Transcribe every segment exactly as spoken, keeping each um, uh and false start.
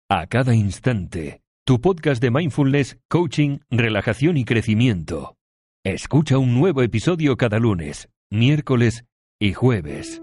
A cada instante, tu podcast de mindfulness, coaching, relajación y crecimiento. Escucha un nuevo episodio cada lunes, miércoles y jueves.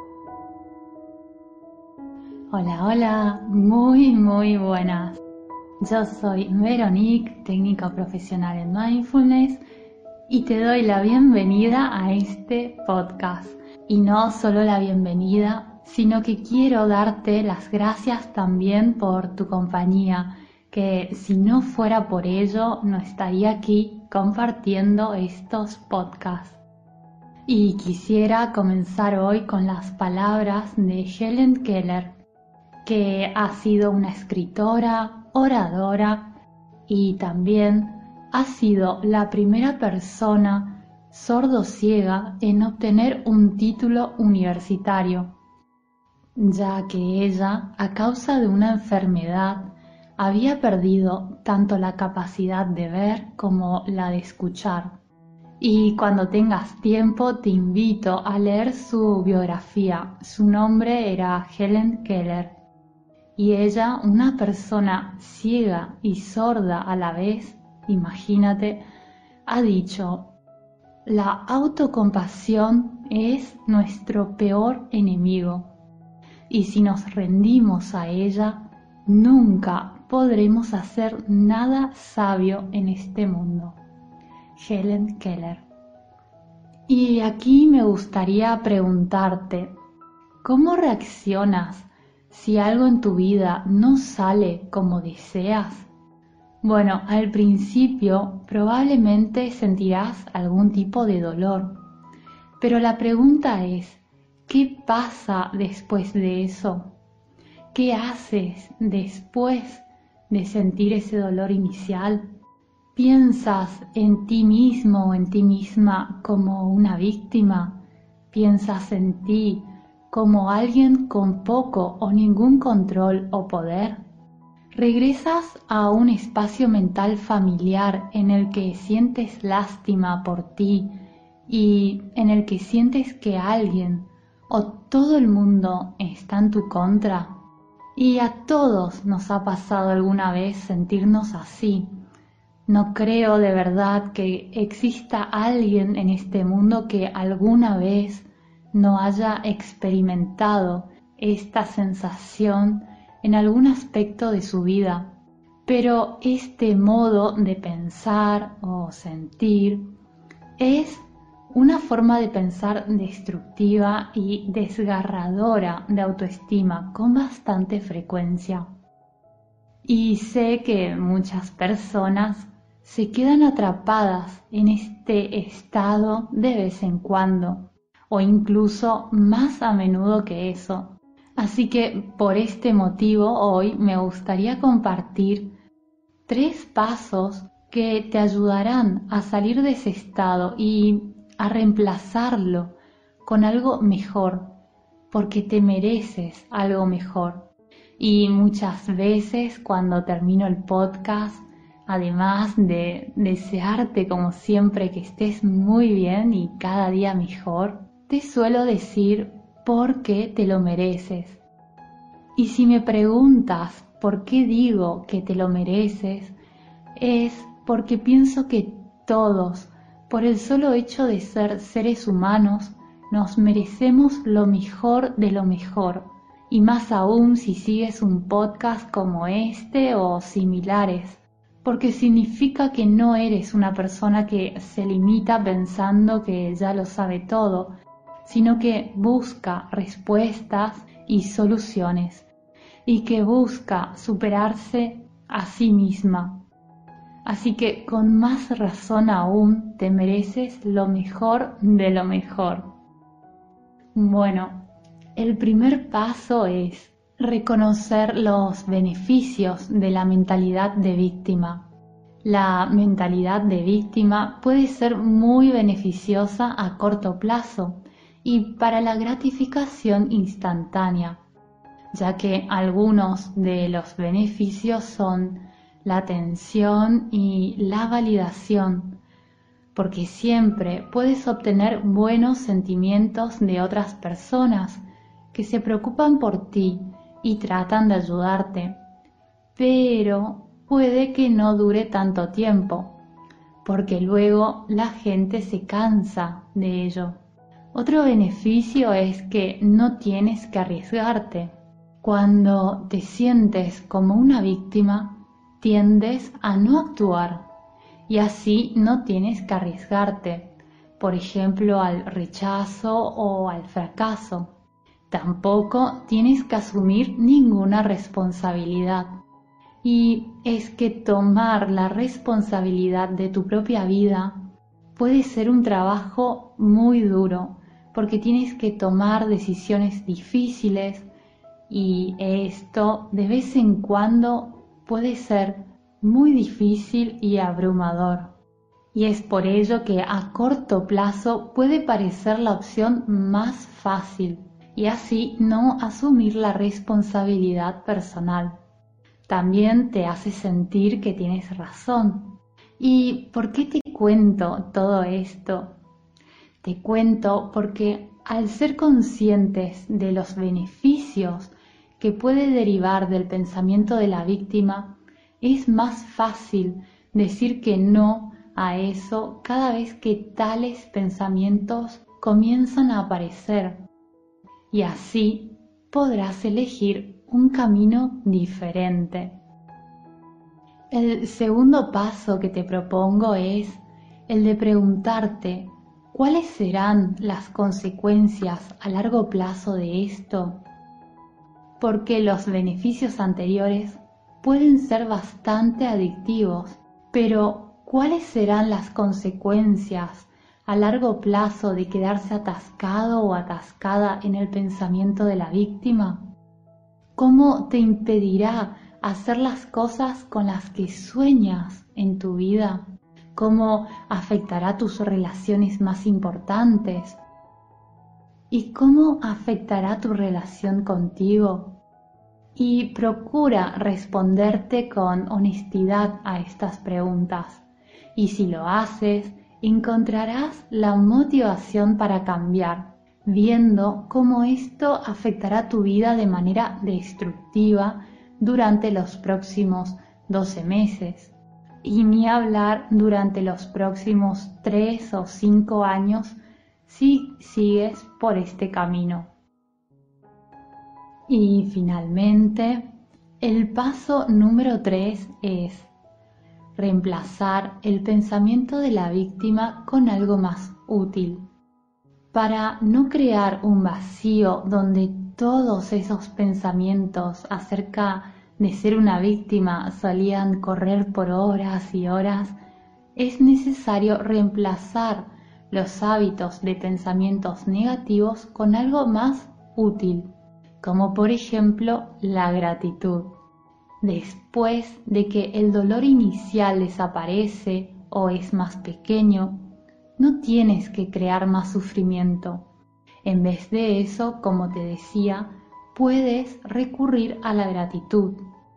Hola, hola, muy, muy buenas. Yo soy Veronique, técnica profesional en mindfulness, y te doy la bienvenida a este podcast. Y no solo la bienvenida, sino que quiero darte las gracias también por tu compañía, que si no fuera por ello no estaría aquí compartiendo estos podcasts. Y quisiera comenzar hoy con las palabras de Helen Keller, que ha sido una escritora, oradora y también ha sido la primera persona sordo-ciega en obtener un título universitario, ya que ella, a causa de una enfermedad, había perdido tanto la capacidad de ver como la de escuchar. Y cuando tengas tiempo te invito a leer su biografía. Su nombre era Helen Keller. Y ella, una persona ciega y sorda a la vez, imagínate, ha dicho: la autocompasión es nuestro peor enemigo, y si nos rendimos a ella, nunca podremos hacer nada sabio en este mundo. Helen Keller. Y aquí me gustaría preguntarte, ¿cómo reaccionas si algo en tu vida no sale como deseas? Bueno, al principio probablemente sentirás algún tipo de dolor, pero la pregunta es, ¿qué pasa después de eso? ¿Qué haces después de sentir ese dolor inicial? ¿Piensas en ti mismo o en ti misma como una víctima? ¿Piensas en ti como alguien con poco o ningún control o poder? ¿Regresas a un espacio mental familiar en el que sientes lástima por ti y en el que sientes que alguien o todo el mundo está en tu contra? Y a todos nos ha pasado alguna vez sentirnos así. No creo de verdad que exista alguien en este mundo que alguna vez no haya experimentado esta sensación en algún aspecto de su vida. Pero este modo de pensar o sentir es una forma de pensar destructiva y desgarradora de autoestima con bastante frecuencia. Y sé que muchas personas se quedan atrapadas en este estado de vez en cuando, o incluso más a menudo que eso. Así que por este motivo hoy me gustaría compartir tres pasos que te ayudarán a salir de ese estado y a reemplazarlo con algo mejor, porque te mereces algo mejor. Y muchas veces cuando termino el podcast, además de desearte como siempre que estés muy bien y cada día mejor, te suelo decir por qué te lo mereces. Y si me preguntas por qué digo que te lo mereces, es porque pienso que todos, por el solo hecho de ser seres humanos, nos merecemos lo mejor de lo mejor. Y más aún si sigues un podcast como este o similares, porque significa que no eres una persona que se limita pensando que ya lo sabe todo, sino que busca respuestas y soluciones, y que busca superarse a sí misma. Así que con más razón aún te mereces lo mejor de lo mejor. Bueno, el primer paso es reconocer los beneficios de la mentalidad de víctima. La mentalidad de víctima puede ser muy beneficiosa a corto plazo y para la gratificación instantánea, ya que algunos de los beneficios son la atención y la validación, porque siempre puedes obtener buenos sentimientos de otras personas que se preocupan por ti y tratan de ayudarte. pero puede que no dure tanto tiempo, porque luego la gente se cansa de ello. Otro beneficio es que no tienes que arriesgarte. Cuando te sientes como una víctima, tiendes a no actuar y así no tienes que arriesgarte, por ejemplo, al rechazo o al fracaso. Tampoco tienes que asumir ninguna responsabilidad. Y es que tomar la responsabilidad de tu propia vida puede ser un trabajo muy duro, porque tienes que tomar decisiones difíciles y esto de vez en cuando puede ser muy difícil y abrumador. Y es por ello que a corto plazo puede parecer la opción más fácil y así no asumir la responsabilidad personal. También te hace sentir que tienes razón. ¿Y por qué te cuento todo esto? Te cuento porque al ser conscientes de los beneficios que puede derivar del pensamiento de la víctima, es más fácil decir que no a eso cada vez que tales pensamientos comienzan a aparecer. Y así podrás elegir un camino diferente. El segundo paso que te propongo es el de preguntarte ¿cuáles serán las consecuencias a largo plazo de esto? Porque los beneficios anteriores pueden ser bastante adictivos, pero ¿cuáles serán las consecuencias a largo plazo de quedarse atascado o atascada en el pensamiento de la víctima? ¿Cómo te impedirá hacer las cosas con las que sueñas en tu vida? ¿Cómo afectará tus relaciones más importantes? ¿Y cómo afectará tu relación contigo? Y procura responderte con honestidad a estas preguntas. Y si lo haces, encontrarás la motivación para cambiar, viendo cómo esto afectará tu vida de manera destructiva durante los próximos doce meses. Y ni hablar durante los próximos tres o cinco años si sigues por este camino. Y finalmente, el paso número tres es reemplazar el pensamiento de la víctima con algo más útil. Para no crear un vacío donde todos esos pensamientos acerca de ser una víctima solían correr por horas y horas, es necesario reemplazar los hábitos de pensamientos negativos con algo más útil, como por ejemplo la gratitud. Después de que el dolor inicial desaparece o es más pequeño, no tienes que crear más sufrimiento. En vez de eso, como te decía, puedes recurrir a la gratitud.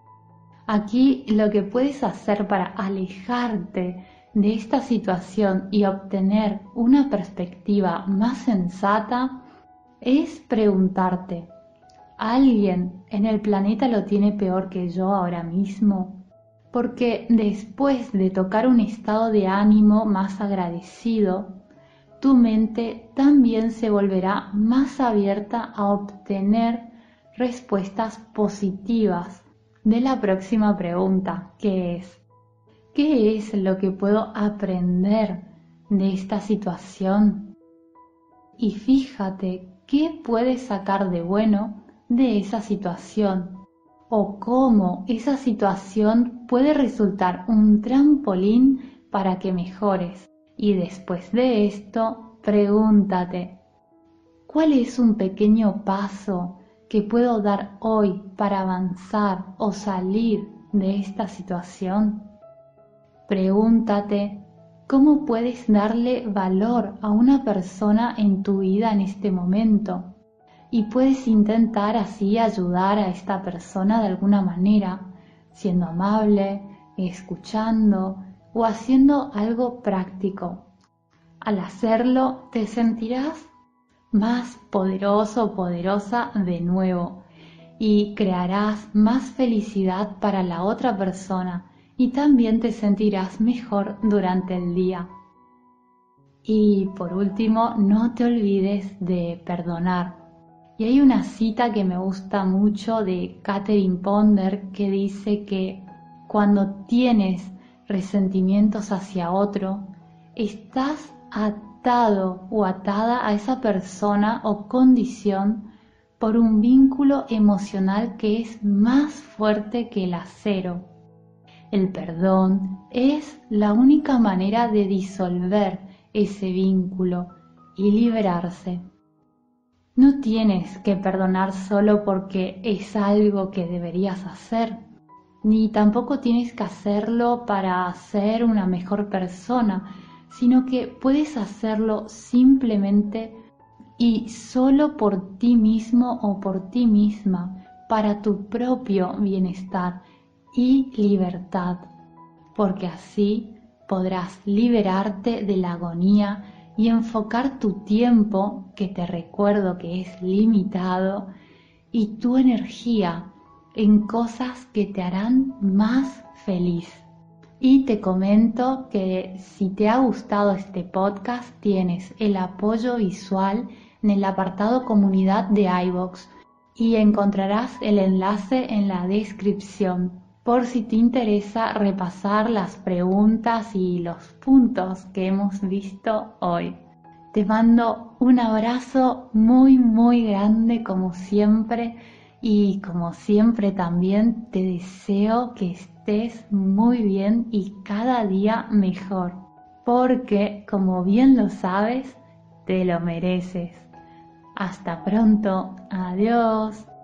Aquí lo que puedes hacer para alejarte de esta situación y obtener una perspectiva más sensata es preguntarte, ¿alguien en el planeta lo tiene peor que yo ahora mismo? Porque después de tocar un estado de ánimo más agradecido, tu mente también se volverá más abierta a obtener respuestas positivas de la próxima pregunta, que es, ¿qué es lo que puedo aprender de esta situación? Y fíjate qué puedes sacar de bueno de esa situación o cómo esa situación puede resultar un trampolín para que mejores. Y después de esto, pregúntate, ¿cuál es un pequeño paso que puedo dar hoy para avanzar o salir de esta situación? Pregúntate, ¿cómo puedes darle valor a una persona en tu vida en este momento? Y puedes intentar así ayudar a esta persona de alguna manera, siendo amable, escuchando o haciendo algo práctico. Al hacerlo te sentirás más poderoso o poderosa de nuevo y crearás más felicidad para la otra persona y también te sentirás mejor durante el día. Y por último, no te olvides de perdonar. Y hay una cita que me gusta mucho de Catherine Ponder que dice que cuando tienes resentimientos hacia otro, estás atado o atada a esa persona o condición por un vínculo emocional que es más fuerte que el acero. El perdón es la única manera de disolver ese vínculo y liberarse. No tienes que perdonar solo porque es algo que deberías hacer, ni tampoco tienes que hacerlo para ser una mejor persona, sino que puedes hacerlo simplemente y solo por ti mismo o por ti misma, para tu propio bienestar y libertad, porque así podrás liberarte de la agonía y enfocar tu tiempo, que te recuerdo que es limitado, y tu energía en cosas que te harán más feliz. Y te comento que si te ha gustado este podcast, tienes el apoyo visual en el apartado comunidad de iVoox y encontrarás el enlace en la descripción por si te interesa repasar las preguntas y los puntos que hemos visto hoy. Te mando un abrazo muy muy grande como siempre y como siempre también te deseo que estés muy bien y cada día mejor, porque como bien lo sabes, te lo mereces. Hasta pronto, adiós.